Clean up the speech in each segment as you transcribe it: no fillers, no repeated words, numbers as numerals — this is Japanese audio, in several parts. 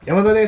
山田です。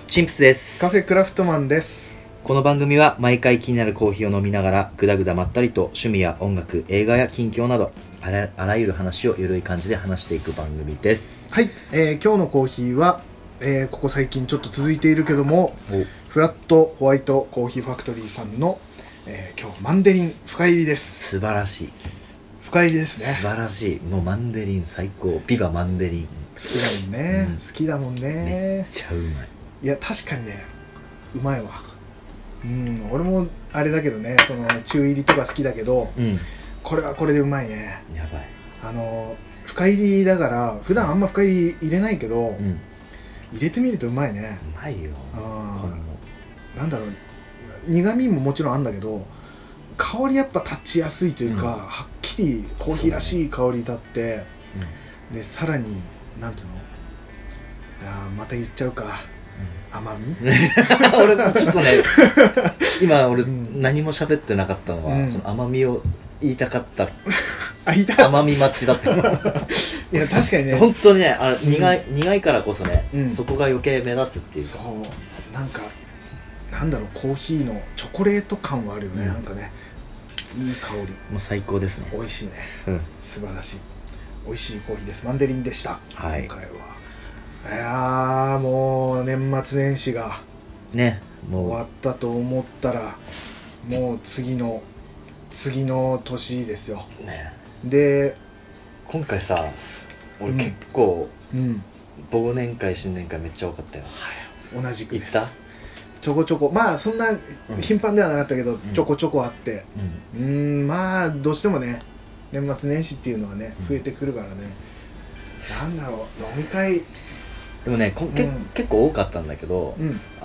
チンプスです。 カフェクラフトマンです。 この番組は毎回気になるコーヒーを飲みながらぐだぐだまったりと趣味や音楽、映画や近況などあらゆる話をゆるい感じで話していく番組です。 はい、今日のコーヒーは、ここ最近ちょっと続いているけどもフラットホワイトコーヒーファクトリーさんの、今日マンデリン深入りです。 素晴らしい。 深入りですね。 素晴らしい。もうマンデリン最高。ビバマンデリン好きだもんね、好きだもんね。 めっちゃうまい。 いや確かにね、うまいわ。俺もあれだけどね、その中入りとか好きだけど、これはこれでうまいね。 やばい。 深入りだから普段あんま深入り入れないけど、入れてみるとうまいね。 うまいよ。 なんだろう、苦味ももちろんあるんだけど、香りやっぱ立ちやすいというか、はっきりコーヒーらしい香り立って、でさらになんつうの、また言っちゃうか、甘み俺ちょっとね今俺何も喋ってなかったのは、その甘みを言いたかった甘み待ちだったいや確かにね、 本当にね、苦いからこそね、そこが余計目立つっていうか、 そうなんかなんだろう、コーヒーのチョコレート感はあるよね、なんかね、いい香り、 もう最高ですね。 美味しいね、素晴らしい美味しいコーヒーです。マンデリンでした、今回は。いやもう年末年始がね、もう終わったと思ったらもう次の年ですよ、で今回さ、俺結構、忘年会新年会めっちゃ多かったよ。 同じくです。ちょこちょこ、まあそんな頻繁ではなかったけど、ちょこちょこあって、まあどうしてもね、年末年始っていうのはね増えてくるからね、なんだろう、飲み会でもね、結構多かったんだけど、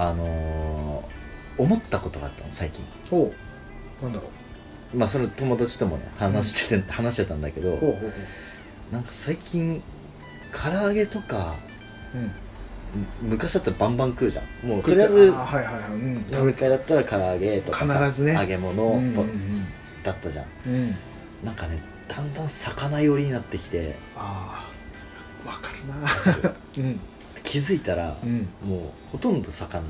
思ったことがあったの最近。 なんだろう、まあその友達ともね話してたんだけど、なんか最近唐揚げとか、昔だったらバンバン食うじゃん。もうとりあえず飲み会だったら唐揚げとかさ、 必ずね、 揚げ物だったじゃん。なんかね、だんだん魚寄りになってきて、 わかるな気づいたら、もうほとんど魚。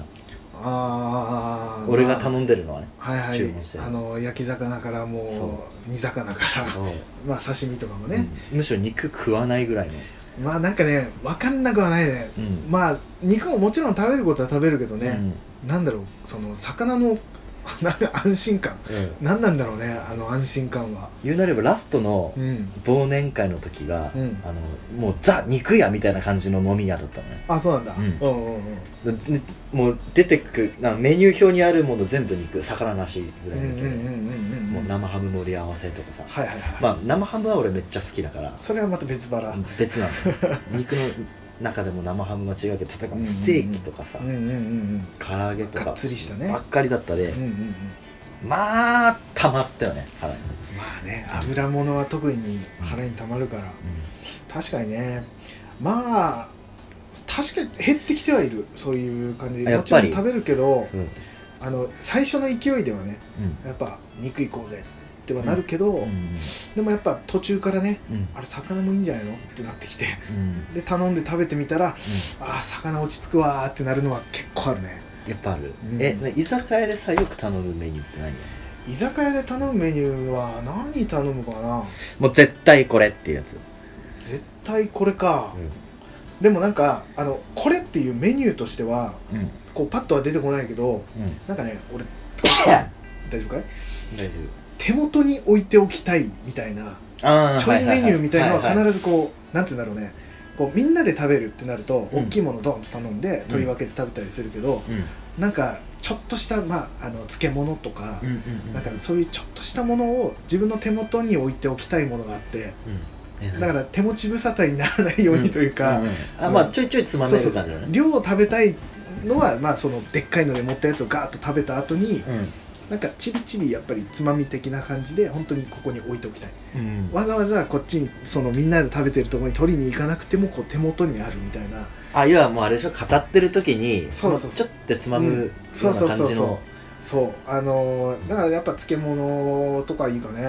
俺が頼んでるのはね、注文してる焼き魚からもう煮魚からまあ刺身とかもね、 むしろ肉食わないぐらいの。 まあなんかね、分かんなくはないね。まあ肉ももちろん食べることは食べるけどね、なんだろう、その魚の安心感、何なんだろうね、あの安心感は。 言うなればラストの忘年会の時が、もうザ肉屋みたいな感じの飲み屋だったのね。 あ、そうなんだ。 もう出てくるメニュー表にあるもの全部肉、魚なしぐらいの勢いで、もう生ハム盛り合わせとかさ、まあ生ハムは俺めっちゃ好きだから、 それはまた別腹、 別なの肉の中でも生ハムは違うけど、例えばステーキとかさ、唐揚げとかがっつりしたねばっかりだったで、まあたまったよね、腹に。 まあね、油物は特に腹にたまるから、確かにね。まあ確かに減ってきてはいる、そういう感じで。もちろん食べるけど、最初の勢いではね、やっぱ肉行こうぜってはなるけど、でもやっぱ途中からね、あれ魚もいいんじゃないのってなってきて、で頼んで食べてみたら、魚落ち着くわーってなるのは結構あるね。 やっぱある。居酒屋でさ、よく頼むメニューって何？ 居酒屋で頼むメニューは何頼むかな。 もう絶対これっていうやつ。 絶対これか。でもなんかこれっていうメニューとしては、こうパッとは出てこないけど、なんかね、俺大丈夫かい？ 大丈夫。 手元に置いておきたいみたいなちょいメニューみたいなのは必ずこう、なんて言うんだろうね、こうみんなで食べるってなると大きいものをドンと頼んで取り分けて食べたりするけど、なんかちょっとした、漬物とか、なんかそういうちょっとしたものを自分の手元に置いておきたいものがあって、だから手持ち無沙汰にならないようにというか、 まあちょいちょいつまめる感じだね。 量を食べたいのは、まあそのでっかいので持ったやつをガーッと食べた後に、なんかちびちびやっぱりつまみ的な感じで本当にここに置いておきたい、わざわざこっちにそのみんなで食べてるところに取りに行かなくてもこう手元にあるみたいな。 要はもうあれでしょ、語ってる時にちょっとつまむような感じの。 だからやっぱ漬物とかいいかね。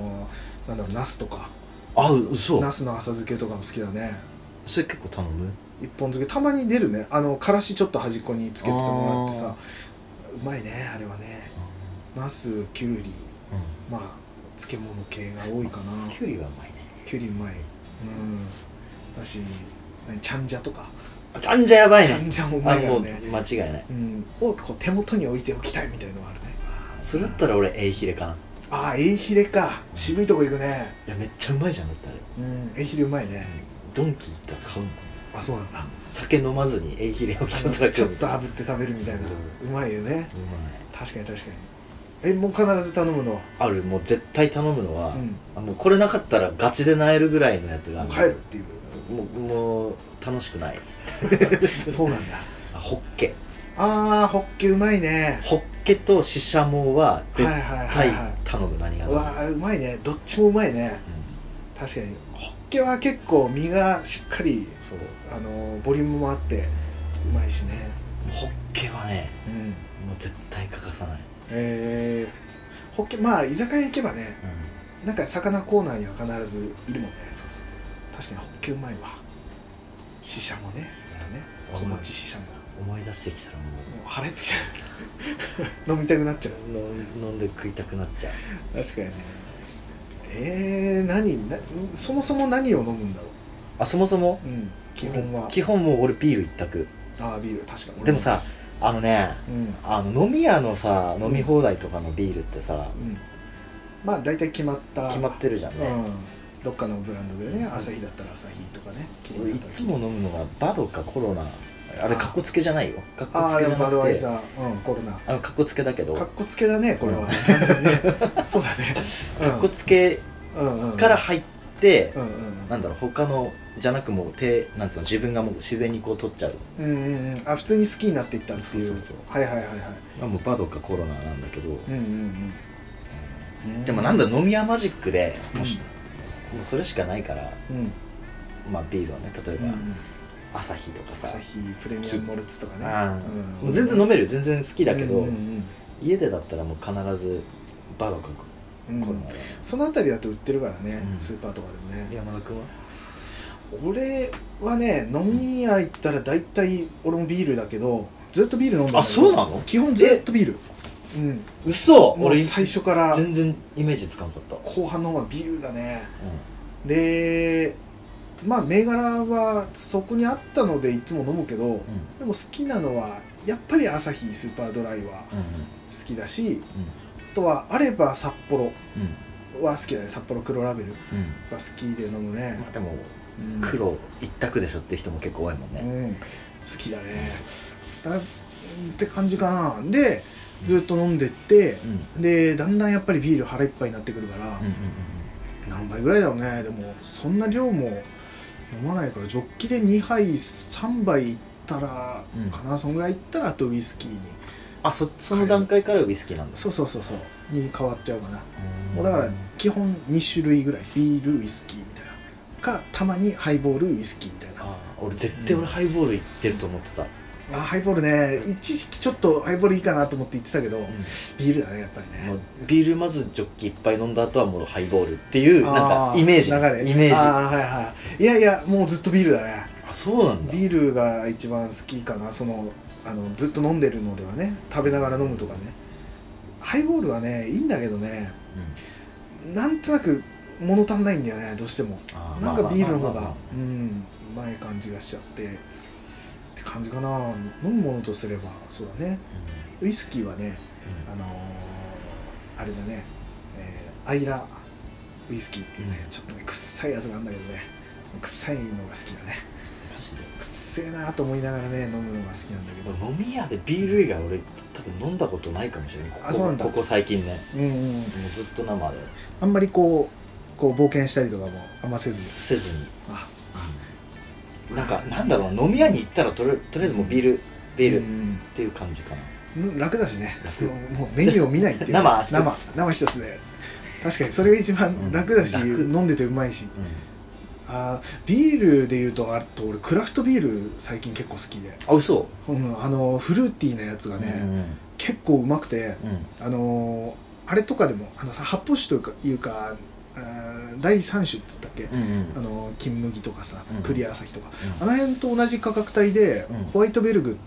なんだろう、ナスとか、 嘘。 ナスの浅漬けとかも好きだね。 それ結構頼む？ 一本漬けたまに出るね。からしちょっと端っこにつけてもらってさ、うまいねあれはね。ナス、キュウリ、まあ漬物系が多いかな。 キュウリはうまいね。 キュウリうまい。だし、チャンジャとか。 チャンジャやばいね。 チャンジャもうまいからね。 間違いない。 をこう手元に置いておきたいみたいなのがあるね。 それだったら俺エイヒレかな。 ああ、エイヒレか。渋いとこ行くね。 いやめっちゃうまいじゃんだってあれ。エイヒレうまいね。 ドンキ行ったら買うもん。 あ、そうなんだ。 酒飲まずにエイヒレをひたすらちょっと炙って食べるみたいな。うまいよね。うまい。確かに確かに。もう必ず頼むのある。もう絶対頼むのは、もうこれなかったらガチで萎えるぐらいのやつが帰るっていう。 もう楽しくない。 そうなんだ。 ホッケ。 ああ、ホッケうまいね。 ホッケとシシャモは絶対頼む。何が。 うわー、うまいね。どっちもうまいね。確かにホッケは結構身がしっかり、そう、ボリュームもあってうまいしね。 ホッケはね、もう絶対欠かさない。 ホッケ、まあ居酒屋行けばね、なんか魚コーナーには必ずいるもんね。確かにホッケうまいわ。シシャモね、小餅シシャモ思い出してきたらもう腹減ってきちゃう。飲みたくなっちゃう。 飲んで食いたくなっちゃう。 確かにね。そもそも何を飲むんだろう。 あ、そもそも、 基本もう俺ビール一択。 ああ、ビール確かに。 でもさ、飲み屋のさ、飲み放題とかのビールってさ、 まあ大体決まってるじゃんね。 どっかのブランドでね、アサヒだったらアサヒとかね。 俺いつも飲むのがバドかコロナ。あれカッコつけじゃないよ。カッコつけじゃなくて、 バドワイザー、コロナ。 カッコつけだけど。 カッコつけだね、これは。そうだね。 カッコつけから入って、なんだろう、他のじゃなくもうなんつうの、自分がもう自然にこう取っちゃう。 あ、普通に好きになっていったっていう。はいはいはいはい。 もうバドかコロナなんだけど。でもなんだろう、飲み屋マジックでもうそれしかないから、まあビールはね、例えばアサヒとかさ、 アサヒプレミアムモルツとかね。 もう全然飲める、全然好きだけど、家でだったらもう必ずバドかコロナ。 そのあたりだと売ってるからね、スーパーとかでもね。 山田君は？ 俺はね、飲み屋行ったら大体俺もビールだけど、ずっとビール飲んでる。 あ、そうなの？ 基本ずっとビール。 嘘。 俺最初から全然イメージつかんかった。 後半の方はビールだね。で、まあ銘柄はそこにあったのでいつも飲むけど、でも好きなのはやっぱりアサヒスーパードライは好きだし、あとはあれば札幌は好きだね。札幌黒ラベルが好きで飲むね。 でも黒一択でしょって人も結構多いもんね。 好きだねって感じかな。でずっと飲んでって、でだんだんやっぱりビール腹いっぱいになってくるから、何杯ぐらいだろうね。でもそんな量も飲まないから、ジョッキで2杯3杯いったらかな、そんぐらいいったらあとウイスキーに。 あ、その段階からウイスキーなんだ。 そうに変わっちゃうかな。もうだから基本2種類ぐらい、ビールウイスキーみたいなか、たまにハイボールウイスキーみたいな。 俺絶対ハイボールいってると思ってた。 ハイボールね、一時期ちょっとハイボールいいかなと思って言ってたけど、ビールだねやっぱりね。 ビールまずジョッキいっぱい飲んだ後はもうハイボールっていうなんかイメージ。 いやもうずっとビールだね。 あ、そうなんだ。 ビールが一番好きかな。ずっと飲んでるのではね、食べながら飲むとかね。ハイボールはねいいんだけどね、なんとなく物足んないんだよね、どうしても。なんかビールの方がうまい感じがしちゃってって感じかな。飲むものとすればそうだね。ウイスキーはね、あれだね、アイラウイスキーっていうね、ちょっとね臭いやつがあるんだけどね、臭いのが好きだね。マジで臭えなと思いながらね飲むのが好きなんだけど。 飲み屋でビール以外俺多分飲んだことないかもしれない。ここ最近ね。もうずっと生で。 あんまりこう冒険したりとかもあんませずに。 なんだろう、飲み屋に行ったらとりあえずもうビールっていう感じかな。 楽だしね。もうメニューを見ないっていう。生一つで。確かにそれが一番楽だし、飲んでてうまいし。ビールでいうと、あと俺クラフトビール最近結構好きで。 あ、嘘。 フルーティーなやつがね、結構うまくて、あれとかでも発泡酒というか第3種って言ったっけ、金麦とかさ、クリア朝日とか、あの辺と同じ価格帯で、ホワイトベルグって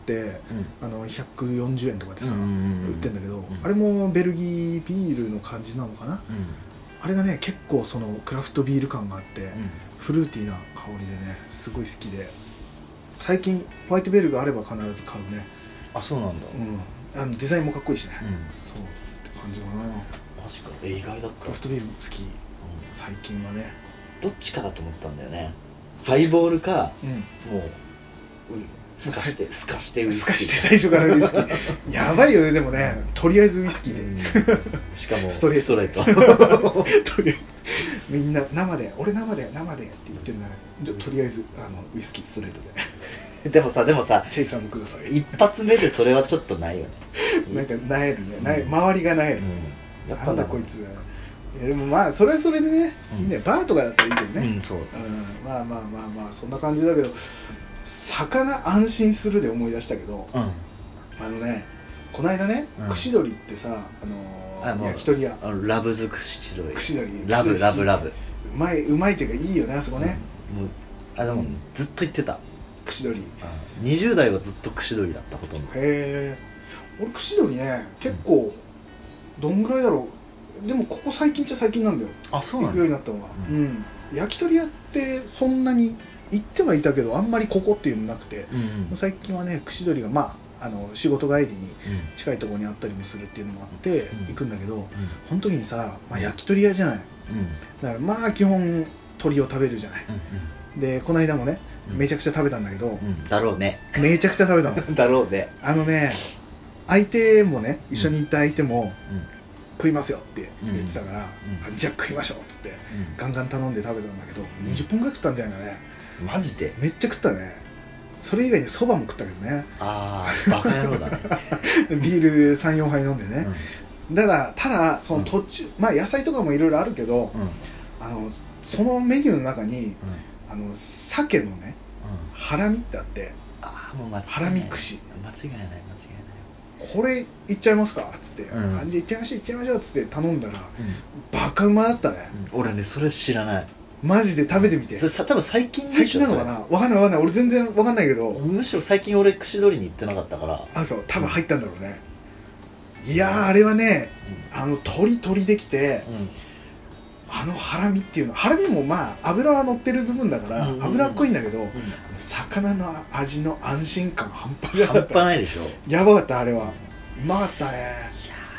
、140円とかでさ、売ってんだけど、あれもベルギービールの感じなのかな、あれがね結構そのクラフトビール感があって、フルーティーな香りでねすごい好きで、最近ホワイトベルグあれば必ず買うね。 あ、そうなんだ。 デザインもかっこいいしね、そうって感じかな。 マジか。意外だった。 クラフトビール好き、最近はね。 どっちかだと思ったんだよね。ハイボールか、もうすかしてウイスキー。 最初からウイスキーやばいよね。でもね、とりあえずウイスキーで、 しかもストレートみんな生でって言ってるなら、とりあえずウイスキーストレートででもさチェイサーもください。 一発目でそれはちょっとないよね。 なんかなえるね、周りがなえる、なんだこいつ。でもまあそれはそれでね、いいね。バーとかだったらいいけどね。そう。まあそんな感じだけど、魚安心するで思い出したけど、この間ね、串鳥ってさ、焼き鳥屋、 ラブズ串鳥、ラブうまいっていうかいいよね、あそこね。 でもずっと言ってた串鳥。 20代はずっと串鳥だった、ほとんど。 へえ。俺串鳥ね、結構どんぐらいだろう。でもここ最近っちゃ最近なんだよ。あ、そうなんだ。行くようになったのが。焼き鳥屋ってそんなに行ってはいたけど、あんまりここっていうのなくて、最近はね串鳥が仕事帰りに近いところにあったりもするっていうのもあって行くんだけど、本当にさ、焼き鳥屋じゃない。だから基本鳥を食べるじゃない。でこの間もねめちゃくちゃ食べたんだけど、 だろうね。 めちゃくちゃ食べたの。 だろうね。 相手もね、一緒にいた相手も食いますよって言ってたから、じゃあ食いましょうっつってガンガン頼んで食べたんだけど、20本ぐらい食ったんじゃないかね。 マジでめっちゃ食ったね。それ以外にそばも食ったけどね。 ああ、バカ野郎だね。 ビール 3,4 杯飲んでね、ただその途中、野菜とかもいろいろあるけど、そのメニューの中に鮭のね、ハラミってあって、ハラミ串、 間違いないこれいっちゃいますかっつって、じゃあいっちゃいましょうっつって頼んだら、バカうまだったね。 俺ね、それ知らない。 マジで食べてみて。 それ多分最近でしょ。 最近なのかな、わかんない俺全然わかんないけど、 むしろ最近俺串取りに行ってなかったから。 そう、多分入ったんだろうね。いやー、あれはね、鶏できて、ハラミっていうの、ハラミも油は乗ってる部分だから脂っこいんだけど、魚の味の安心感半端じゃなかった。 半端ないでしょ。 やばかった、あれは。うまかったね。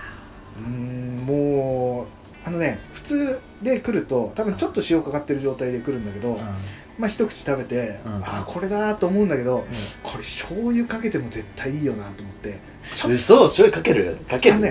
もう普通で来ると多分ちょっと塩かかってる状態で来るんだけど、一口食べて、これだと思うんだけど、これ醤油かけても絶対いいよなと思って。 嘘、醤油かける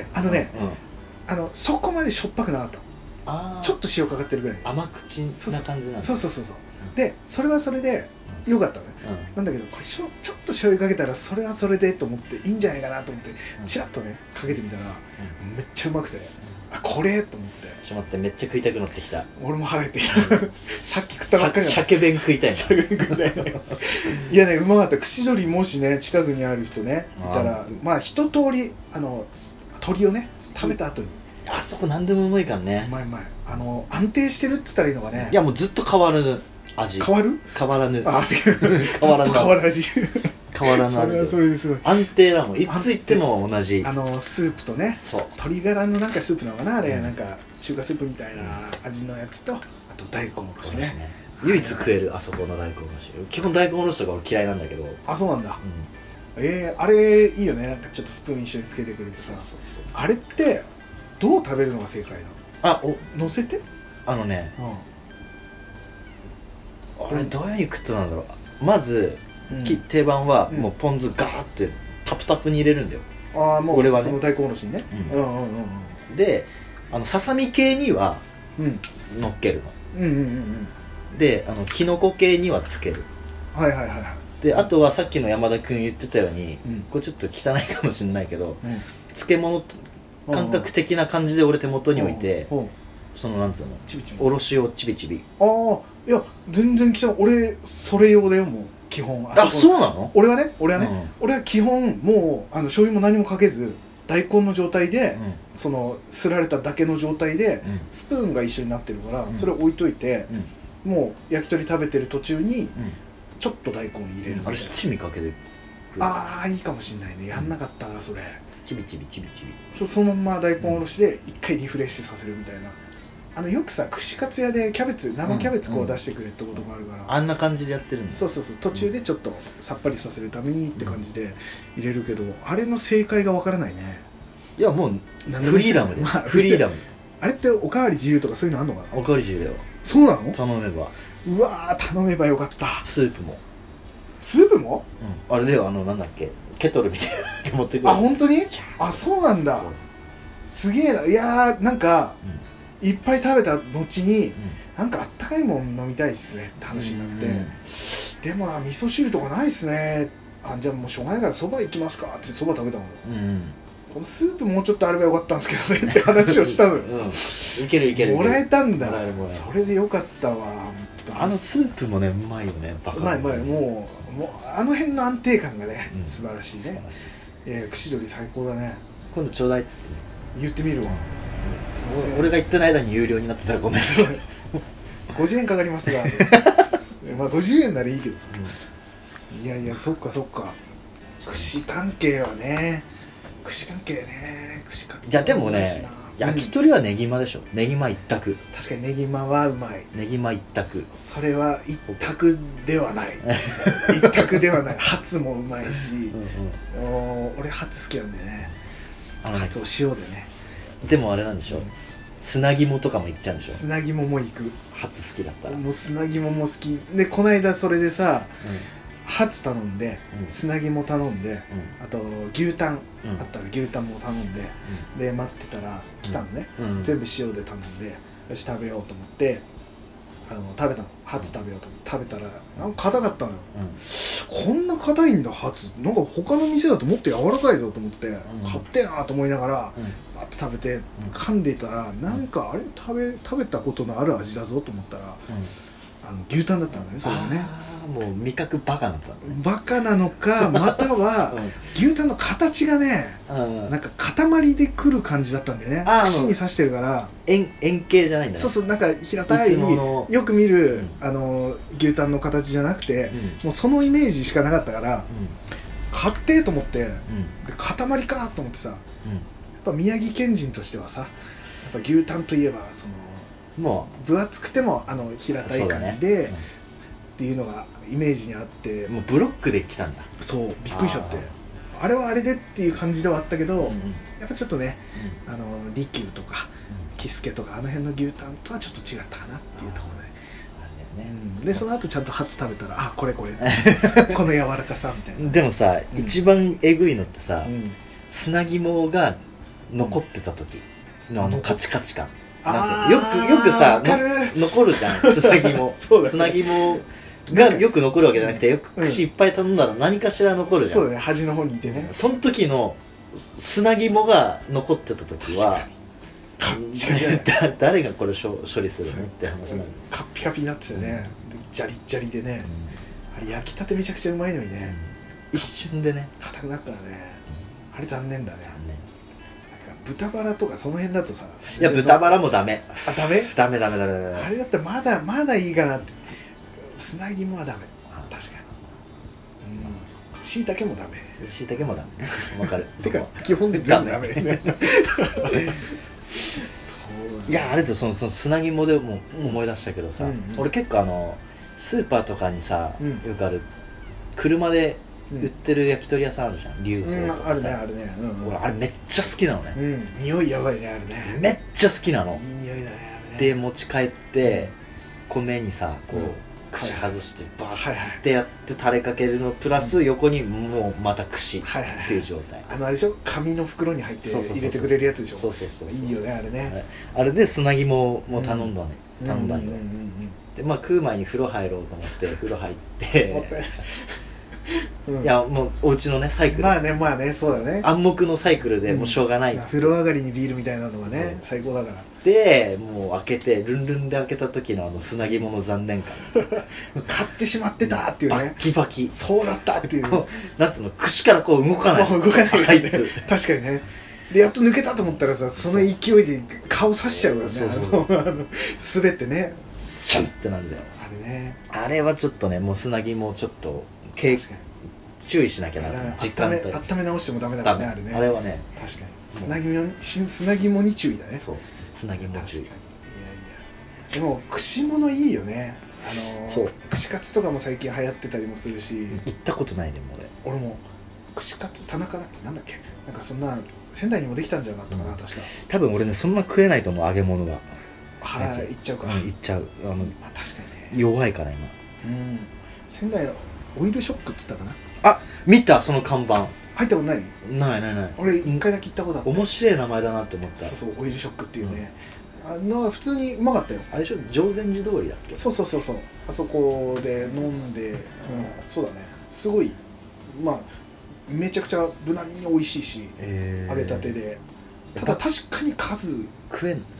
そこまでしょっぱくなかった。ちょっと塩かかってるぐらい、 甘口な感じなんだ。 そうで、それはそれでよかったのね。なんだけど、これちょっと醤油かけたらそれはそれでと思っていいんじゃないかなと思ってチラッとねかけてみたら、めっちゃうまくて、これと思って。 ちょっと待って、めっちゃ食いたくなってきた。 俺も腹減ってきた。さっき食ったばっかりなの。 鮭弁食いたいな。 いやね、うまかった。串鳥もしね近くにある人ねいたら、一通り鳥をね食べた後に、 あそこ何でもうまいからね。 うまい。安定してるって言ったらいいのかね。 いや、もうずっと変わらぬ味。変わらぬ。 変わらぬ味。 変わらぬ味。 それですごい安定だもん。いつ行っても同じ。 スープとね、鶏ガラのなんかスープなのかな、あれ、なんか中華スープみたいな味のやつと、あと大根おろしね。 唯一食える、あそこの大根おろし。基本大根おろしとか俺嫌いなんだけど。 あ、そうなんだ。あれいいよね。なんかちょっとスプーン一緒につけてくれてさ。あれってどう食べるのが正解なの？乗せて？ 俺どういう風に食ってたんだろう。まず定番はもうポン酢ガーってタプタプに入れるんだよ。 もう俺はね、その大根おろしにね。 で、ささみ系には乗っけるの。で、きのこ系にはつける。で、あとはさっきの山田君言ってたように、これちょっと汚いかもしれないけど、漬物感覚的な感じで俺手元に置いて、そのなんつうの、おろしをちびちび。 いや全然汚い。俺それ用だよ、もう基本。 そうなの？ 俺は基本もう醤油も何もかけず大根の状態で、 うんそのすられただけの状態で、 うんスプーンが一緒になってるから、 うんそれを置いといて、 うんもう焼き鳥食べてる途中にうんちょっと大根入れるみたいな、 あれ七味かけてああいいかもしんないね。やんなかったなそれ。 チビチビチビチビそのまま大根おろしで一回リフレッシュさせるみたいな。よくさ串カツ屋でキャベツ生キャベツこう出してくれってことがあるから、 あんな感じでやってるんだ。 そう途中でちょっとさっぱりさせるためにって感じで入れるけど、あれの正解がわからないね。 いやもうなんでもフリーダムで、 まあフリーダムあれっておかわり自由とかそういうのあんのかな。 おかわり自由だよ。 そうなの。 頼めばうわー頼めばよかった。 スープも、 スープも、 あれだよ、なんだっけ、ケトルみたいなの持ってくる。 あ本当に。あそうなんだ。すげえな。いやーなんか、いっぱい食べた後に、なんかあったかいもん飲みたいっすねって話になって、でもな味噌汁とかないっすね。じゃあもうしょうがないからそば行きますかってそば食べたの。このスープもうちょっとあればよかったんですけどねって話をしたのよ。 いけるいける。 もらえたんだ。 もらえるそれでよかったわ。 スープもねうまいよね。バカうまいもうあの辺の安定感がね、素晴らしいね。串取り最高だね。 今度ちょうだいっつって言ってみるわ。 俺が言ってない間に有料になってたらごめん。 50円かかりますがまあ50円ならいいけどさ、いやいやそっか串関係はね、串カツ。 じゃあでもね、焼き鳥はネギマでしょ。ネギマ一択。 確かにネギマはうまい。 ネギマ一択。 それは一択ではない一択ではない。ハツもうまいし、俺ハツ好きなんでね。ハツを塩でね。 でもあれなんでしょ、砂肝とかもいっちゃうんでしょ。 砂肝もいく。 ハツ好きだったらもう砂肝も好きで、この間それでさ、ハツ頼んで、砂肝頼んで、あと牛タンあったら牛タンも頼んで、で待ってたら来たのね、全部塩で頼んで、よし食べようと思って食べたの。ハツ食べようと思って食べたらなんか硬かったのよ、こんな硬いんだハツ。なんか他の店だともっと柔らかいぞと思って、買ってえなと思いながらバッて食べて噛んでいたら、なんかあれ食べたことのある味だぞと思ったら、牛タンだったんだね。それがね、 もう味覚バカなんだ。 バカなのかまたは牛タンの形がね、なんか塊でくる感じだったんでね。串に刺してるから円形じゃないんだね。 そうなんか平たいよく見る牛タンの形じゃなくて、もうそのイメージしかなかったから、買ってと思って、で塊かと思ってさ、やっぱ宮城県人としてはさ、やっぱ牛タンといえばもう分厚くても平たい感じで、っていうのがイメージにあって、 もうブロックで来たんだ。 そうびっくりしちゃって、あれはあれでっていう感じではあったけど、やっぱちょっとね、利休とか喜助とかあの辺の牛タンとはちょっと違ったかなっていうところで、でその後ちゃんとハツ食べたら、あこれこの柔らかさみたいな。 でもさ、一番えぐいのってさ、砂肝が残ってた時のカチカチ感。よくさ残るじゃん砂肝。砂肝がよく残るわけじゃなくて、よく串いっぱい頼んだら何かしら残るじゃん。 そうだね、端の方にいてね。 その時の砂肝が残ってた時は誰がこれ処理するのって話なの。 カッピカピになっててね、ジャリジャリでね、あれ焼きたてめちゃくちゃうまいのにね、 一瞬でね硬くなったらね、あれ残念だね。豚バラとかその辺だとさ、 いや豚バラもダメ。 ダメあれだってまだいいかなって。砂肝はダメ。確かに。椎茸もダメ。 椎茸もダメ。わかる。 てか基本全部ダメ。 いやあれとその砂肝でも思い出したけどさ、俺結構スーパーとかにさ、よくある車で売ってる焼き鳥屋さんあるじゃん、龍鳳とかさ。 あるね。 俺あれめっちゃ好きなのね。 匂いやばいねあれね。 めっちゃ好きなの。 いい匂いだねあれね。 で持ち帰って米にさこう串外してバーってやってタレかけるのプラス横にもうまた串っていう状態。 あれでしょ、紙の袋に入って入れてくれるやつでしょ。そういいよねあれね。 あれで砂肝も頼んだんよ。で食う前に風呂入ろうと思って風呂入っていやもうお家のねサイクル、 まあねそうだね、 暗黙のサイクルでもうしょうがない、 風呂上がりにビールみたいなのはね最高だから。 でもう開けてルンルンで開けた時の砂肝の残念感買ってしまってたっていうね、 バッキバキ、 そうだったっていう、 なんつうの、串からこう動かない、 動かないあいつ確かにね。 でやっと抜けたと思ったらさ、その勢いで顔刺しちゃうからね。そう滑ってねシュンってなんだよあれね。 あれはちょっとね、もう砂肝もちょっと注意しなきゃな。 時間帯温め直してもダメだからね、あれね。 あれはね、 確かに砂肝に注意だね。 そう、砂肝注意。 確かに。いやいや、でも串物いいよね。そう串カツとかも最近流行ってたりもするし。 行ったことないでも俺も串カツ田中だっけ、なんだっけ、なんかそんな仙台にもできたんじゃなかったかな、確か。 多分俺ね、そんな食えないと思う、揚げ物は。 腹いっちゃうか。 いっちゃう。 まあ確かにね。 弱いから今。 仙台のオイルショックっつったかな。 あ、見たその看板。 入ったことない？ ない。 俺一回だけ行ったことあって。 面白い名前だなって思った。 そうオイルショックっていうね。普通にうまかったよ。 あれでしょ、定禅寺通りだっけ。 そうあそこで飲んで、そうだね、すごい、まあめちゃくちゃ無難に美味しいし、揚げたてで。ただ確かに数食えん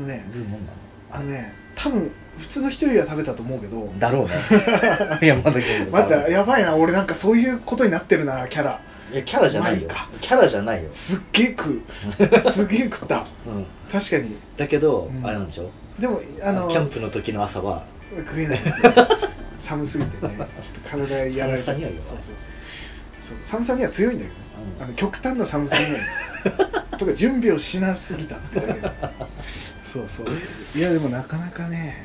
多分普通の人よりは食べたと思うけど。 だろうね。いや、まだやばいな、俺なんかそういうことになってるな、キャラ。 いや、キャラじゃないよ。キャラじゃないよ。 すっげえ食った。確かに。 だけど、あれなんでしょ。 でもキャンプの時の朝は食えない。寒すぎてね、ちょっと体やられちゃう。寒さには強いんだけどね。極端な寒さにはとか準備をしなすぎたってだけで。いやでもなかなかね。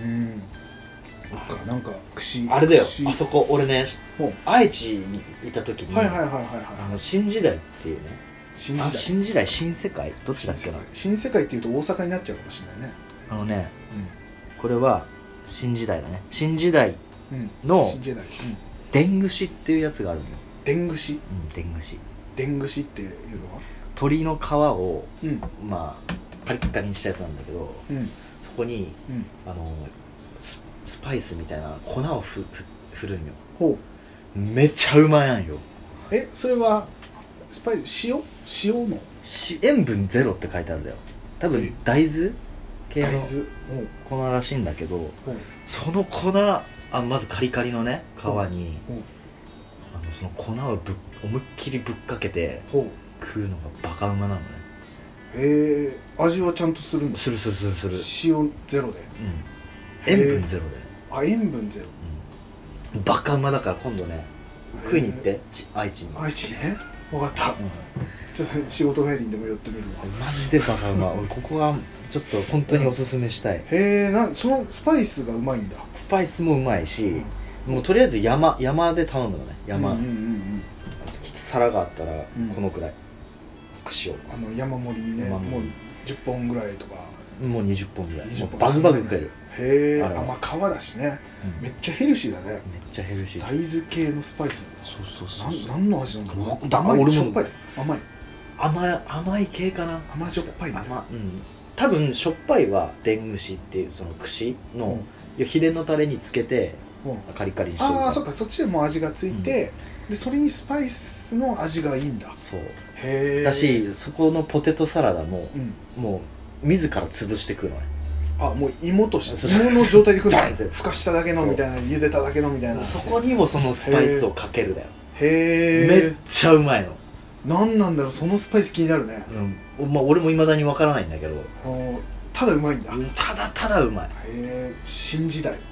なんか串あれだよ、あそこ俺ね、愛知にいた時に新時代っていうね、新時代新世界どっちだっけな。 新世界っていうと大阪になっちゃうかもしれないね。 これは新時代だね。新時代の伝串っていうやつがあるのよ。 伝串っていうのは鶏の皮をまあカリッカリにしたやつなんだけど、そこにスパイスみたいな粉を振るんよ。めっちゃうまいやんよ。 それはスパイス塩の塩分ゼロって書いてあるんだよ。多分大豆系の粉らしいんだけど、その粉まずカリカリのね皮にその粉を思いっきりぶっかけて食うのがバカうまなのね。 味はちゃんとするんだ。 する塩ゼロで。 塩分ゼロで。 塩分ゼロ。 バカうまだから今度ね食いに行って、愛知に。 愛知ね、分かった。ちょっと仕事帰りにでも寄ってみるわ。 マジでバカうま。俺ここはちょっと本当におすすめしたい。 そのスパイスがうまいんだ。 スパイスもうまいし、もうとりあえず山で頼むのね。皿があったらこのくらい串を山盛りにね、もう10本ぐらいとか、 もう20本ぐらいバクバク食える。 まあ皮だしね。めっちゃヘルシーだね。 めっちゃヘルシー。 大豆系のスパイス。何の味なんだろう。 甘い、しょっぱい。 甘い系かな。 甘じょっぱいね。 多分しょっぱいは伝串っていうその串の秘伝のタレにつけてカリカリにしてるから。 そっか、そっちでも味がついて、でそれにスパイスの味がいいんだ。 そうだし、そこのポテトサラダももう自ら潰してくるのね。 もう芋として芋の状態でくるの。ふかしただけのみたいな、茹でただけのみたいな。 そこにもそのスパイスをかけるだよ。めっちゃうまいの。 何なんだろう、そのスパイス気になるね。 俺も未だにわからないんだけど、 ただうまいんだ。 ただうまい。 新時代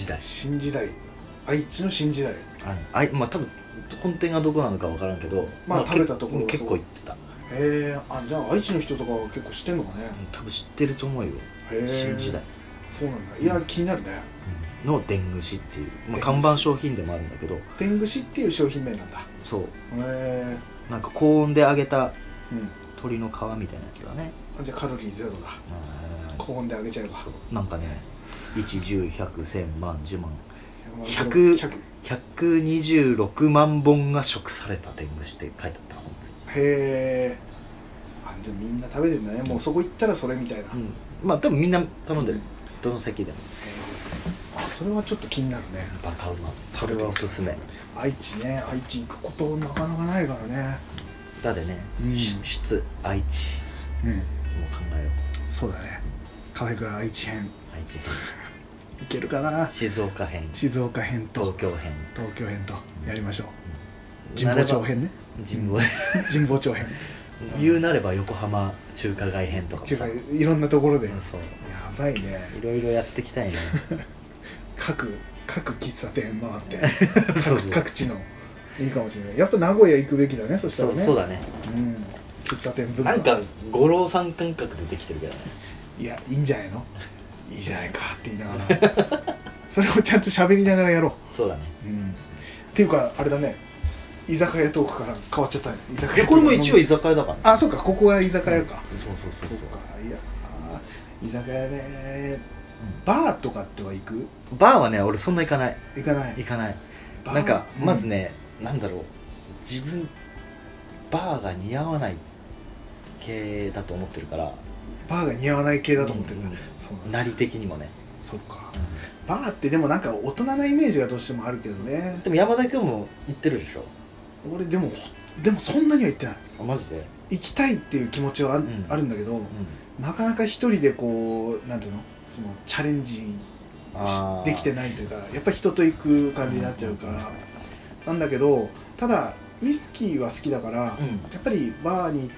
愛知の新時代。 まあ多分本店がどこなのかわからんけど、 食べたところ結構行ってた。 じゃあ愛知の人とかは結構知ってんのかね。 多分知ってると思うよ。新時代。 そうなんだ。いや、気になるね。 の伝串っていう、看板商品でもあるんだけど、 伝串っていう商品名なんだ。 そう。なんか高温で揚げた鶏の皮みたいなやつだね。 じゃあカロリーゼロだ。高温で揚げちゃえば。 なんかね、1、10、100、1000万、10万、126万本が食された伝串って書いてあった。 でもみんな食べてるんだね。もうそこ行ったらそれみたいな。 まあ多分みんな頼んでる。どの席でも。 それはちょっと気になるね。 バカうま。これはおすすめ。 愛知行くことなかなかないからね。 だでね、出愛知もう考えよう。そうだね。カフェクラ愛知編。いけるかな。 静岡編と東京編とやりましょう。神保町編ね。 神保町編。 言うなれば横浜中華街編とかもさいろんなところで、 そうやばいね、 いろいろやっていきたいね各喫茶店回って各地のいいかもしれない。やっぱ名古屋行くべきだね、そしたらね。 そうだね、 喫茶店文化なんか五郎さん感覚でできてるけどね。 いや、いいんじゃないの、いいじゃないかって言いながらそれをちゃんと喋りながらやろう。そうだね、 っていうかあれだね、居酒屋トークから変わっちゃったね。居酒屋これも一応居酒屋だからね。 あ、そうか、ここが居酒屋か、 そうか。いや居酒屋ね、バーとかっては行く？ バーはね、俺そんな行かない。なんかまずね、なんだろう、自分バーが似合わない系だと思ってるから。 バーが似合わない系だと思ってる、 そうなり的にもね。 そうか、バーってでもなんか大人なイメージがどうしてもあるけどね。 でも山田君も行ってるでしょ。 俺でもそんなには行ってない。 マジで行きたいっていう気持ちはあるんだけど、なかなか一人でこうなんていうの、そのチャレンジできてないというか、やっぱり人と行く感じになっちゃうから、なんだけど、ただウイスキーは好きだから、やっぱりバーに行って、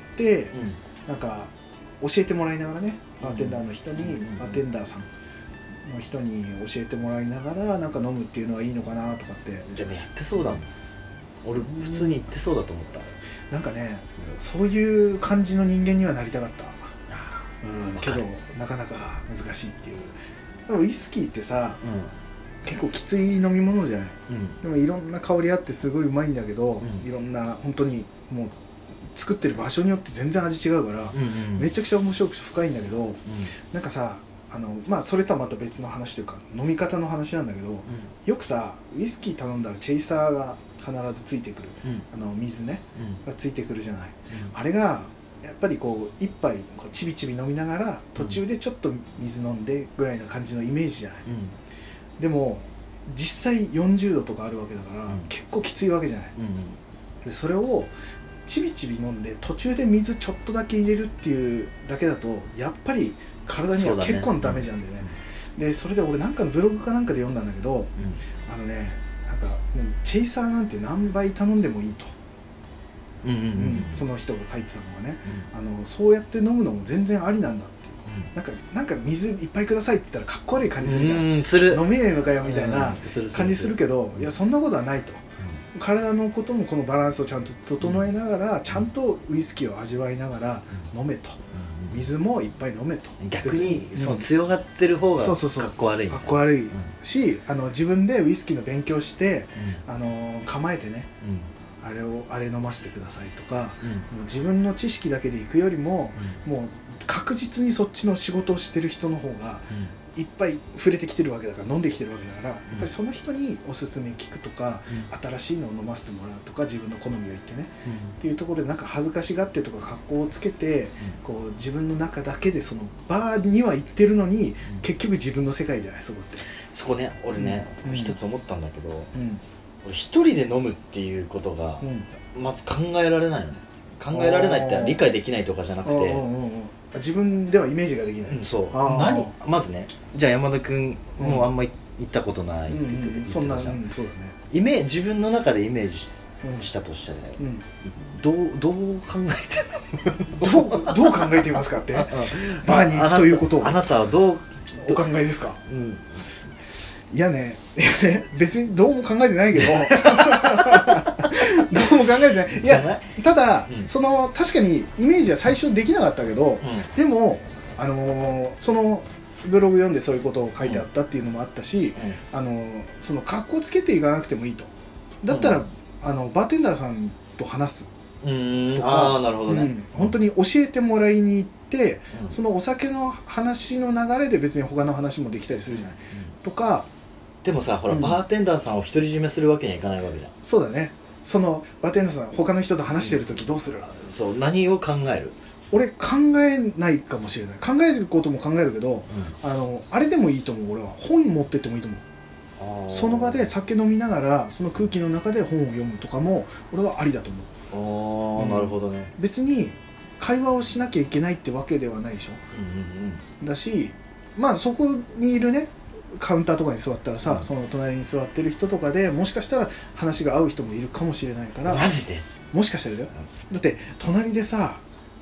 なんか教えてもらいながらね、バーテンダーの人に、バーテンダーさんの人に教えてもらいながらなんか飲むっていうのはいいのかなとかって。 でもやってそうだもん。俺普通に行ってそうだと思った。 なんかね、そういう感じの人間にはなりたかった、けどなかなか難しいっていう。でもウイスキーってさ、結構きつい飲み物じゃない、でもいろんな香りあってすごいうまいんだけど、いろんな本当にもう作ってる場所によって全然味違うから、めちゃくちゃ面白くて深いんだけど、なんかさ、まあそれとはまた別の話というか飲み方の話なんだけど、よくさウイスキー頼んだらチェイサーが必ずついてくる、水ね、がついてくるじゃない、あれがやっぱりこう一杯こうちびちび飲みながら途中でちょっと水飲んでぐらいな感じのイメージじゃない、でも実際40度とかあるわけだから、結構きついわけじゃない、でそれをちびちび飲んで途中で水ちょっとだけ入れるっていうだけだとやっぱり体には結構ダメじゃんでね。でそれで俺なんかのブログかなんかで読んだんだけど、なんかもうチェイサーなんて何倍頼んでもいいと、その人が書いてたのがね、そうやって飲むのも全然ありなんだっていう、なんか水いっぱいくださいって言ったらかっこ悪い感じするじゃん、飲めねえのかよみたいな感じするけど、いやそんなことはないと、体のこともこのバランスをちゃんと整えながら、ちゃんとウイスキーを味わいながら飲めと、水もいっぱい飲めと。 逆にその強がってる方がかっこ悪い、 かっこ悪いし、自分でウイスキーの勉強して、構えてね、あれ飲ませてくださいとか、もう自分の知識だけでいくよりも、もう確実にそっちの仕事をしてる人の方がいっぱい触れてきてるわけだから、飲んできてるわけだから、やっぱりその人におすすめ聞くとか、新しいのを飲ませてもらうとか、自分の好みを言ってね、っていうところでなんか恥ずかしがってとか格好をつけて、こう自分の中だけでそのバーには行ってるのに、結局自分の世界じゃない、そこって。 そこね、俺ね、一つ思ったんだけど、俺一人で飲むっていうことがまず考えられないの。考えられないって理解できないとかじゃなくて、 自分ではイメージができない、 そう、まずね、じゃあ山田君もあんま行ったことないって言ってたじゃん、 そうだね、 自分の中でイメージしたとしたら、どう考えてどう考えていますかってバーに行くということをあなたはどうお考えですか。いやね、別にどうも考えてないけどどうも考えてない。いや、ただ、その確かにイメージは最初できなかったけど、でもそのブログ読んでそういうことを書いてあったっていうのもあったし、その格好つけていかなくてもいいと。だったらバーテンダーさんと話すとか、 なるほどね、 本当に教えてもらいに行って、そのお酒の話の流れで別に他の話もできたりするじゃない、とか。 でもさ、ほら、バーテンダーさんを独り占めするわけにはいかないわけじゃん。 そうだね。そのバーテンダーさん他の人と話してる時どうする、 そう、何を考える？ 俺考えないかもしれない。考えることも考えるけど、あれでもいいと思う。俺は本持ってってもいいと思う。その場で酒飲みながらその空気の中で本を読むとかも俺はありだと思う。 なるほどね。 別に会話をしなきゃいけないってわけではないでしょ、だし、まあそこにいるねカウンターとかに座ったらさ、その隣に座ってる人とかでもしかしたら話が合う人もいるかもしれないから。 マジで？ もしかしたらだよ、だって隣でさ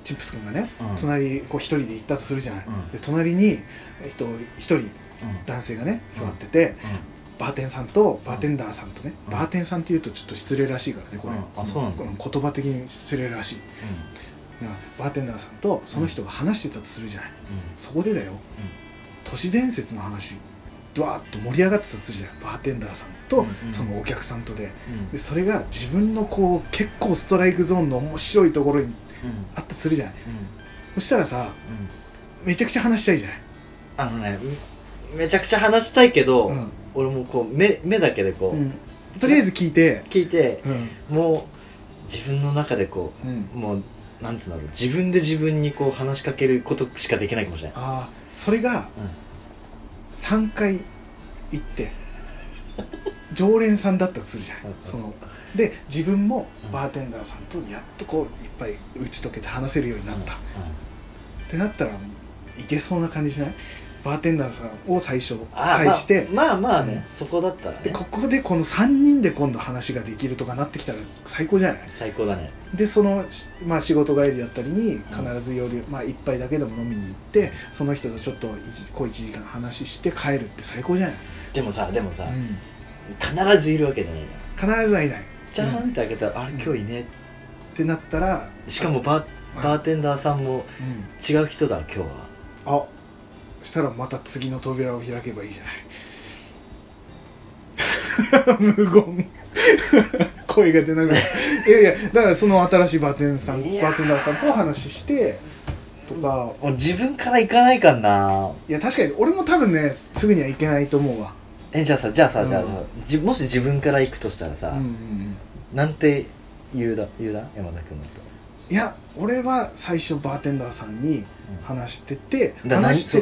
チップス君がね、隣こう一人で行ったとするじゃない、で隣に一人男性がね座ってて、バーテンさんとバーテンダーさんとね、バーテンさんっていうとちょっと失礼らしいからねこれ、言葉的に失礼らしい、バーテンダーさんとその人が話してたとするじゃない、そこでだよ、都市伝説の話ドワーッと盛り上がってたとするじゃない、バーテンダーさんとそのお客さんとで、でそれが自分のこう結構ストライクゾーンの面白いところにあったとするじゃない、そしたらさ、めちゃくちゃ話したいじゃない。 めちゃくちゃ話したいけど、俺もこう目だけでこう、とりあえず聞いて、 もう自分の中でこう、もうなんつうんだろう、自分で自分にこう話しかけることしかできないかもしれない。 それが3回行って常連さんだったとするじゃん、で自分もバーテンダーさんとやっとこういっぱい打ち解けて話せるようになった、ってなったらいけそうな感じしない？バーテンダーさんを最初介して、 まあね、そこだったらね、 でここでこの3人で今度話ができるとかなってきたら最高じゃない？ 最高だね。 でその、仕事帰りだったりに必ず夜、一杯だけでも飲みに行ってその人とちょっと小1時間話して帰るって最高じゃない？ でもさ、必ずいるわけじゃないじゃん。 必ずはいない。 チャーハンって開けたら、あれ今日いねってなったら、 しかもバーテンダーさんも違う人だ、今日は。 したらまた次の扉を開けばいいじゃない。無言。声が出なくなる。いやだからその新しいバーテンダーさんとお話ししてとか。 自分から行かないかな。 いや確かに俺も多分ねすぐには行けないと思うわ。 じゃあさ、もし自分から行くとしたらさ、なんて言うだ山田君だと。 いや俺は最初バーテンダーさんに話してて、 そ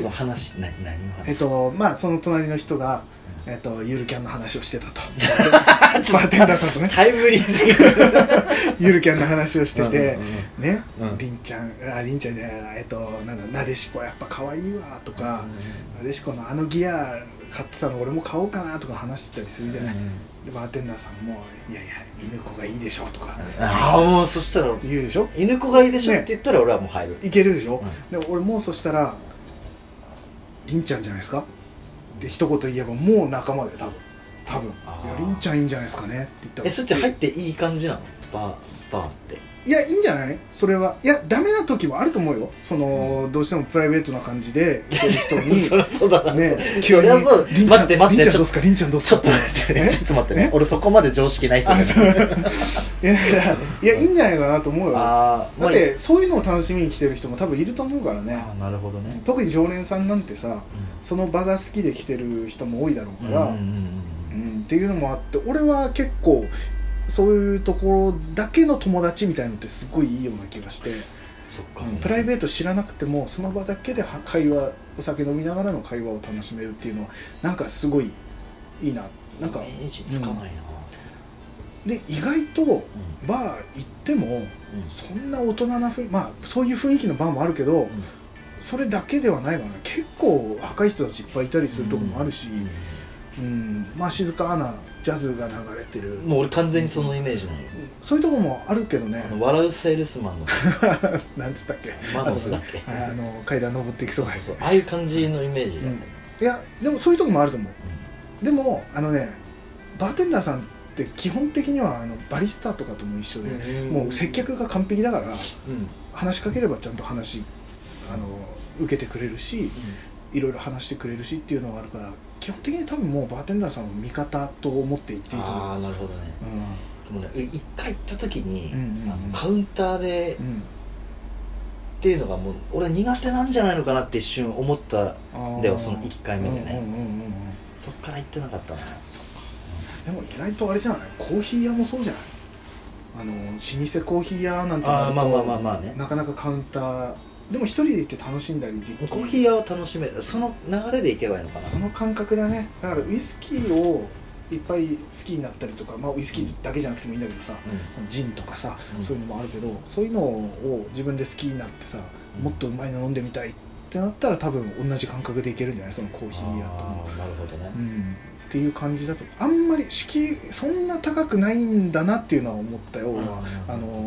の隣の人が、ゆるキャンの話をしてたと。バーテンダーさんとねタイムリーすぎる。 ゆるキャンの話をしててね、りんちゃんじゃない、なでしこやっぱ可愛いわとか、なでしこのあのギア買ってたの俺も買おうかなとか話してたりするじゃない、でバーテンダーさんもいや犬子がいいでしょとか、 もうそしたら言うでしょ、 犬子がいいでしょって言ったら俺はもう入る、 いけるでしょ、で俺もうそしたらりんちゃんじゃないですかって一言言えばもう仲間で多分いやりんちゃんいいんじゃないですかねって言ったら、 そっち入っていい感じなの？バーって。 いやいいんじゃない？それはいやダメな時もあると思うよ。どうしてもプライベートな感じで来てる人にそうだね、 急にりんちゃんどうすか、りんちゃんどうすか、 ちょっと待ってね、俺そこまで常識ない人いやいいんじゃないかなと思うよ。だってそういうのを楽しみに来てる人も多分いると思うからね。 なるほどね。 特に常連さんなんてさ、その場が好きで来てる人も多いだろうからっていうのもあって、俺は結構そういうところだけの友達みたいなのってすごいいいような気がして、プライベート知らなくてもその場だけで会話、お酒飲みながらの会話を楽しめるっていうのはなんかすごいいいな。なんかイメージつかないな、 で意外とバー行ってもそんな大人なそういう雰囲気のバーもあるけど、それだけではないからね。結構若い人たちいっぱいいたりするところもあるし、静かなジャズが流れてる。 もう俺完全にそのイメージなのよ。 そういうところもあるけどね。 笑うセールスマンのなんつったっけ、 マノスだっけ、 階段登っていくとか、 ああいう感じのイメージ、 いやでもそういうとこもあると思う、でもバーテンダーさんって基本的にはバリスタとかとも一緒で、もう接客が完璧だから、話しかければちゃんと受けてくれるし、いろいろ話してくれるしっていうのがあるから、基本的に多分もうバーテンダーさんを味方と思っていっていいと思う。 なるほどね。でもね、一回行った時に、カウンターで、っていうのがもう俺苦手なんじゃないのかなって一瞬思ったんだよ、その1回目でね。そっから行ってなかったな。 そっか。でも意外とあれじゃない、コーヒー屋もそうじゃない、老舗コーヒー屋なんてなるとなかなかカウンターでも一人で行って楽しんだりできる。 コーヒー屋を楽しめる、その流れで行けばいいのかな。 その感覚だね。だからウイスキーをいっぱい好きになったりとか、ウイスキーだけじゃなくてもいいんだけどさ、ジンとかさ、そういうのもあるけど、そういうのを自分で好きになってさ、もっとうまいの飲んでみたいってなったら多分同じ感覚でいけるんじゃない、そのコーヒー屋とも。 なるほどね、 っていう感じだと、あんまり敷居そんな高くないんだなっていうのは思ったよ。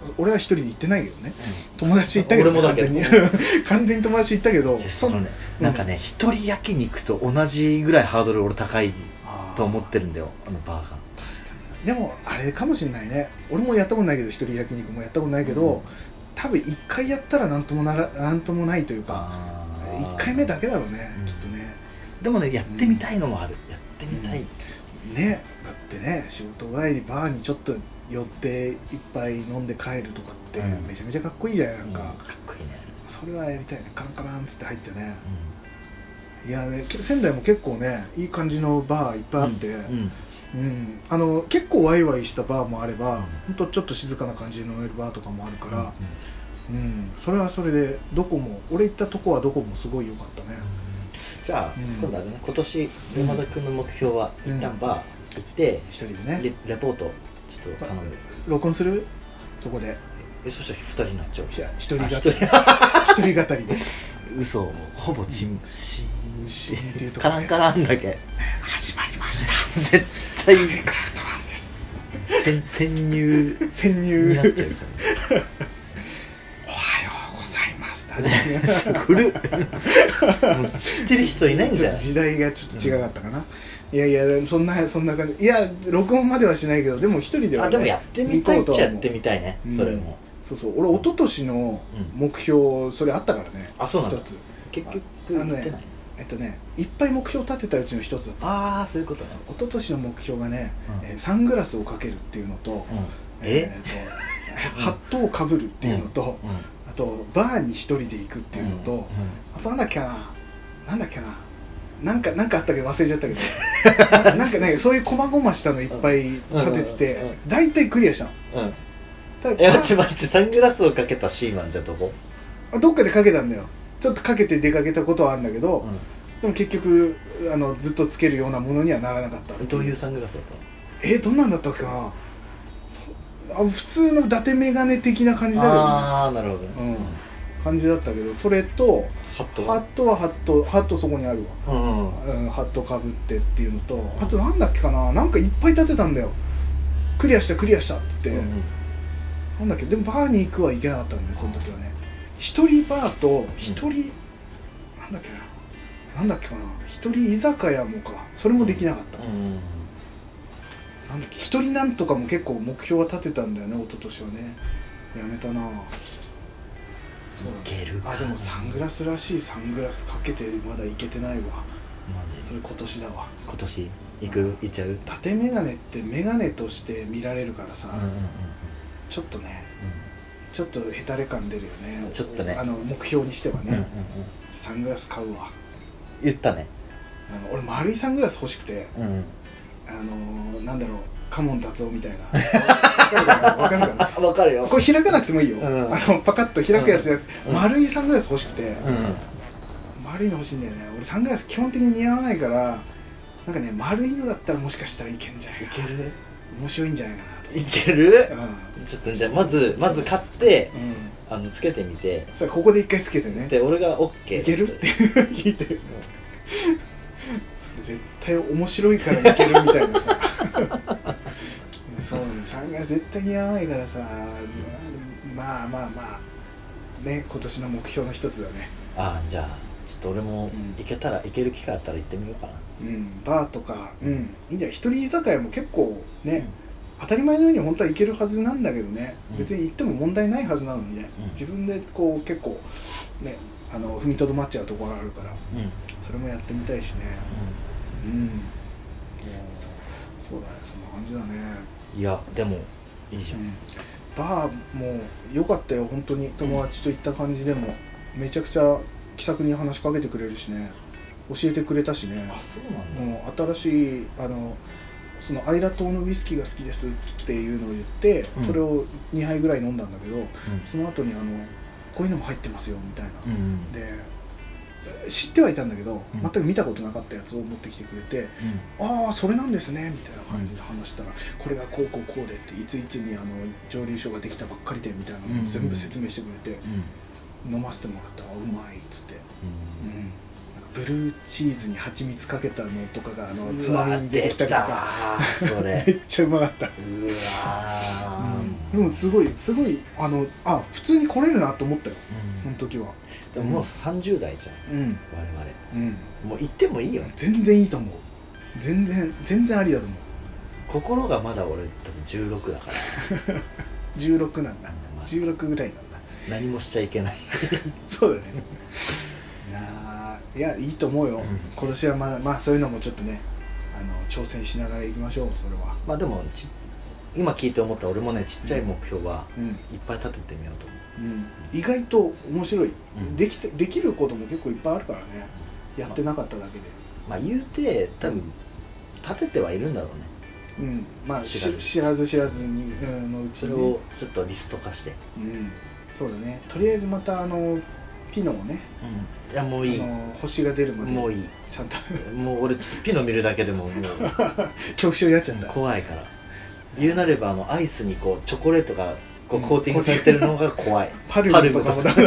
俺は一人で行ってないけどね、友達と行ったけど、 俺もだけど完全に友達と行ったけど、 なんかね一人焼肉と同じぐらいハードル俺高いと思ってるんだよ、あのバーガー。 確かに。でもあれかもしれないね、俺もやったことないけど、一人焼肉もやったことないけど、多分1回やったらなんともないというか、1回目だけだろうね、きっとね。 でもね、やってみたいのもある、やってみたい、 ね。だってね、仕事帰りバーにちょっと寄って一杯飲んで帰るとかってめちゃめちゃかっこいいじゃない、なんか、かっこいいね。それはやりたいね。カランカランっつって入ってね、いやね、仙台も結構ねいい感じのバーいっぱいあって、結構ワイワイしたバーもあれば、ほんとちょっと静かな感じで飲めるバーとかもあるから、それはそれでどこも、俺行ったとこはどこもすごい良かったね。 じゃあ、今度はね、今年山田君の目標は一旦バー行って一人でねレポートちょっと頼む。 録音する？そこで。 そしたら2人になっちゃう。 いや、一人語りで。 嘘、ほぼチンシーンっていうとこカランカランだけ始まりました。 絶対カフェクラフトワンです。 潜入になっちゃうですよね。 おはようございます。 古っ。もう知ってる人いないんじゃない？ 時代がちょっと違かったかな。いやいや、そんな感じ。いや、録音まではしないけど、でも一人ではね。 でもやってみたいっちゃやってみたいね、それも。 そう俺一昨年の目標それあったからね。 そうなんだ。 一つ結局言ってない。 いっぱい目標立てたうちの一つだった。 そういうことね。 一昨年の目標がね、サングラスをかけるっていうのと、ハットをかぶるっていうのと、あとバーに一人で行くっていうのと、あとなんだっけな、なんかあったけど忘れちゃったけどなんかそういう細々したのいっぱい立ててて、大体クリアしたの。 待ってサングラスをかけたシーマンじゃどこ？ どっかでかけたんだよ。ちょっとかけて出かけたことはあるんだけど、でも結局ずっとつけるようなものにはならなかった。 どういうサングラスだったの？どんなんだったっけな。普通の伊達メガネ的な感じだけどね。 なるほど、 感じだったけど、それとハットそこにあるわ、ハットかぶってっていうのと、あとなんだっけかな、なんかいっぱい立てたんだよ。クリアしたって言って、なんだっけ。でもバーに行くはいけなかったんだよ、その時はね。一人バーと一人、なんだっけかな、一人居酒屋もか、それもできなかった。なんだっけ、一人なんとかも結構目標は立てたんだよね、一昨年はね。やめたな。でもサングラスらしいサングラスかけてまだいけてないわ。それ今年だわ。 今年行っちゃう？ 伊達メガネってメガネとして見られるからさ、ちょっとね、ちょっとヘタレ感出るよね。 ちょっとね、 目標にしてはね、サングラス買うわ。 言ったね。 俺丸いサングラス欲しくて、なんだろう、カモン達夫みたいな。わかるかな？ わかるよ。 これ開かなくてもいいよ。パカッと開くやつじゃなくて、丸いサングラス欲しくて、丸いの欲しいんだよね。俺サングラス基本的に似合わないから、なんかね、丸いのだったらもしかしたらいけんじゃないかな。いける？面白いんじゃないかなと。 いける？ちょっとじゃあまず買ってつけてみて。 ここで一回つけてね。 で俺が OK。 いけるって聞いて。それ絶対面白いからいけるみたいなさ。そうね、サングラス絶対似合わないからさ、まあね、今年の目標の一つだね。 じゃあちょっと俺も行ける機会あったら行ってみようかな。 バーとか、いいんじゃない。一人居酒屋も結構ね、当たり前のように本当は行けるはずなんだけどね、別に行っても問題ないはずなのにね、自分でこう結構ね、踏みとどまっちゃうところがあるから、それもやってみたいしね。そうだね、そんな感じだね。 いやでもいいじゃん、 バーも良かったよ、本当に。友達と行った感じでもめちゃくちゃ気さくに話しかけてくれるしね、教えてくれたしね。 そうなんだ。 新しいそのアイラ島のウイスキーが好きですっていうのを言って、それを2杯ぐらい飲んだんだけど、その後にこういうのも入ってますよみたいな、で知ってはいたんだけど、全く見たことなかったやつを持ってきてくれて、ああそれなんですねみたいな感じで話したら、これがこうでって、いつに蒸留所ができたばっかりでみたいなのを全部説明してくれて、飲ませてもらったらうまいっつって、なんかブルーチーズに蜂蜜かけたのとかがつまみに出てきたりとかそれめっちゃうまかった。 うわ、 でもすごい普通に来れるなと思ったよ、その時は。 でももう30代じゃん、我々、もう行ってもいいよね。 全然いいと思う。全然ありだと思う。 心がまだ俺多分16だから 16なんだ、16ぐらいなんだ。 何もしちゃいけないそうだねいやいいと思うよ、今年はまあそういうのもちょっとね挑戦しながらいきましょう。それはまあでも今聞いて思った俺もね、ちっちゃい目標はいっぱい立ててみようと思う、 意外と面白い、できることも結構いっぱいあるからね、やってなかっただけで。 まあ言うて多分立ててはいるんだろうね。 まあ知らずにのうちに、 それをちょっとリスト化して、 そうだね。とりあえずまたピノをね、 いやもういい、 星が出るまでもういい、 ちゃんともう俺ちょっとピノ見るだけでももう恐怖症になっちゃった。 怖いから。言うなればアイスにこうチョコレートがこうコーティングされてるのが怖いパルムとかもダメ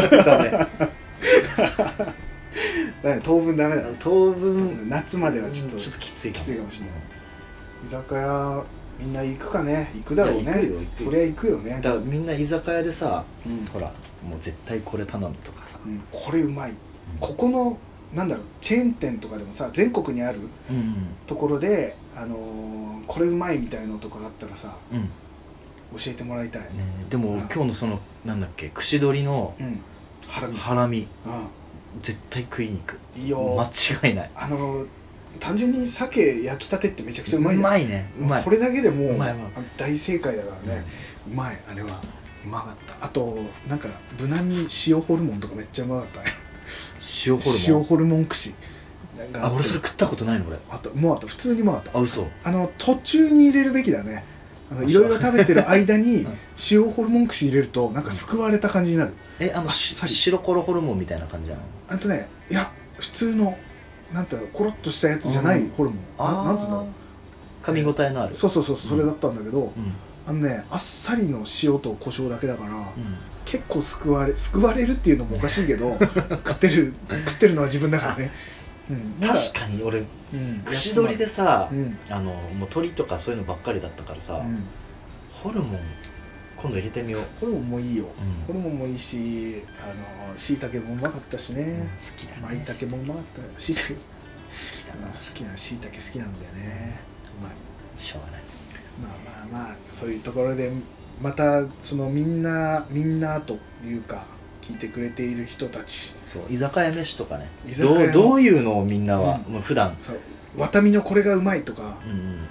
当分ダメだ。 当分夏まではちょっときついかもしれない。居酒屋みんな行くかね。行くだろうね。そりゃ行くよね。 だからみんな居酒屋でさ、ほらもう絶対これ頼むとかさ、 これうまい、ここのなんだろう、チェーン店とかでもさ、全国にあるところでこれうまいみたいのとかあったらさ、教えてもらいたい。 でも今日のそのなんだっけ、串取りのハラミ絶対食いに行く。いいよ、間違いない。 単純に鮭焼きたてってめちゃくちゃうまい。うまいね。それだけでもう大正解だからね。うまい。あれはうまかった。あとなんか無難に塩ホルモンとかめっちゃうまかったね。塩ホルモン串。 俺それ食ったことないの。俺あと普通にうまかった。 嘘。 途中に入れるべきだね。いろいろ食べてる間に塩ホルモン串入れるとなんか救われた感じになる。 白コロホルモンみたいな感じなの？ いや普通のなんてコロッとしたやつじゃないホルモン。なんつうんだろう。 噛み応えのある。 そうそれだったんだけど、あっさりの塩と胡椒だけだから、結構救われるっていうのもおかしいけど食ってるのは自分だからね。 確かに俺串取りでさ、もう鶏とかそういうのばっかりだったからさ、ホルモン今度入れてみよう。 ホルモンもいいよ。ホルモンもいいし、椎茸もうまかったしね。 好きだね。 舞茸もうまかった。椎茸好きな椎茸好きなんだよね。うまい。 しょうがない。 まあそういうところでまたそのみんなというか聞いてくれている人たち、 居酒屋飯とかね、どういうのをみんなはもう普段ワタミのこれがうまいとか、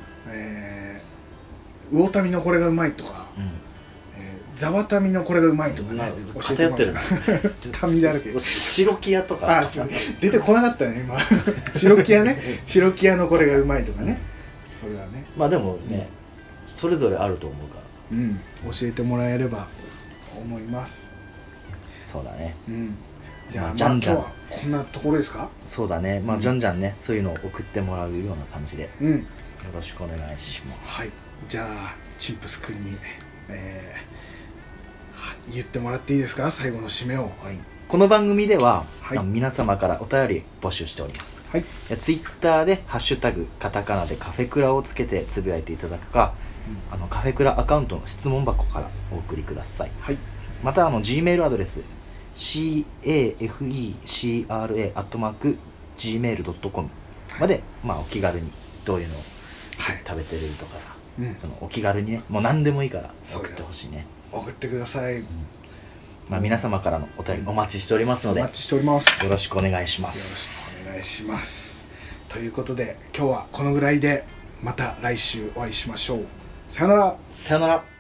魚民のこれがうまいとか、ザワタミのこれがうまいとかね、 教えてもらう。 民だらけ。 白木屋とか出てこなかったね今。白木屋ね。白木屋のこれがうまいとかね。それはね。 まあでもね、それぞれあると思うから、 教えてもらえれば思います。 そうだね。 じゃあ今日はこんなところですか？ そうだね。じゃんじゃんね、そういうのを送ってもらうような感じで、よろしくお願いします。 はい。じゃあチンプスくんに言ってもらっていいですか、最後の締めを。 この番組では、皆様からお便り募集しております。ツイッターでハッシュタグカタカナでカフェクラをつけてつぶやいていただくか、カフェクラアカウントの質問箱からお送りください。またGmail アドレス cafecra@gmail.com まで、お気軽にどういうのを食べてるとかさ、そのお気軽にね、もう何でもいいから送ってほしいね。 送ってください。 皆様からのお便りお待ちしておりますので、 お待ちしております。 よろしくお願いします。 よろしくお願いします。ということで今日はこのぐらいで、また来週お会いしましょう。さよなら。 さよなら。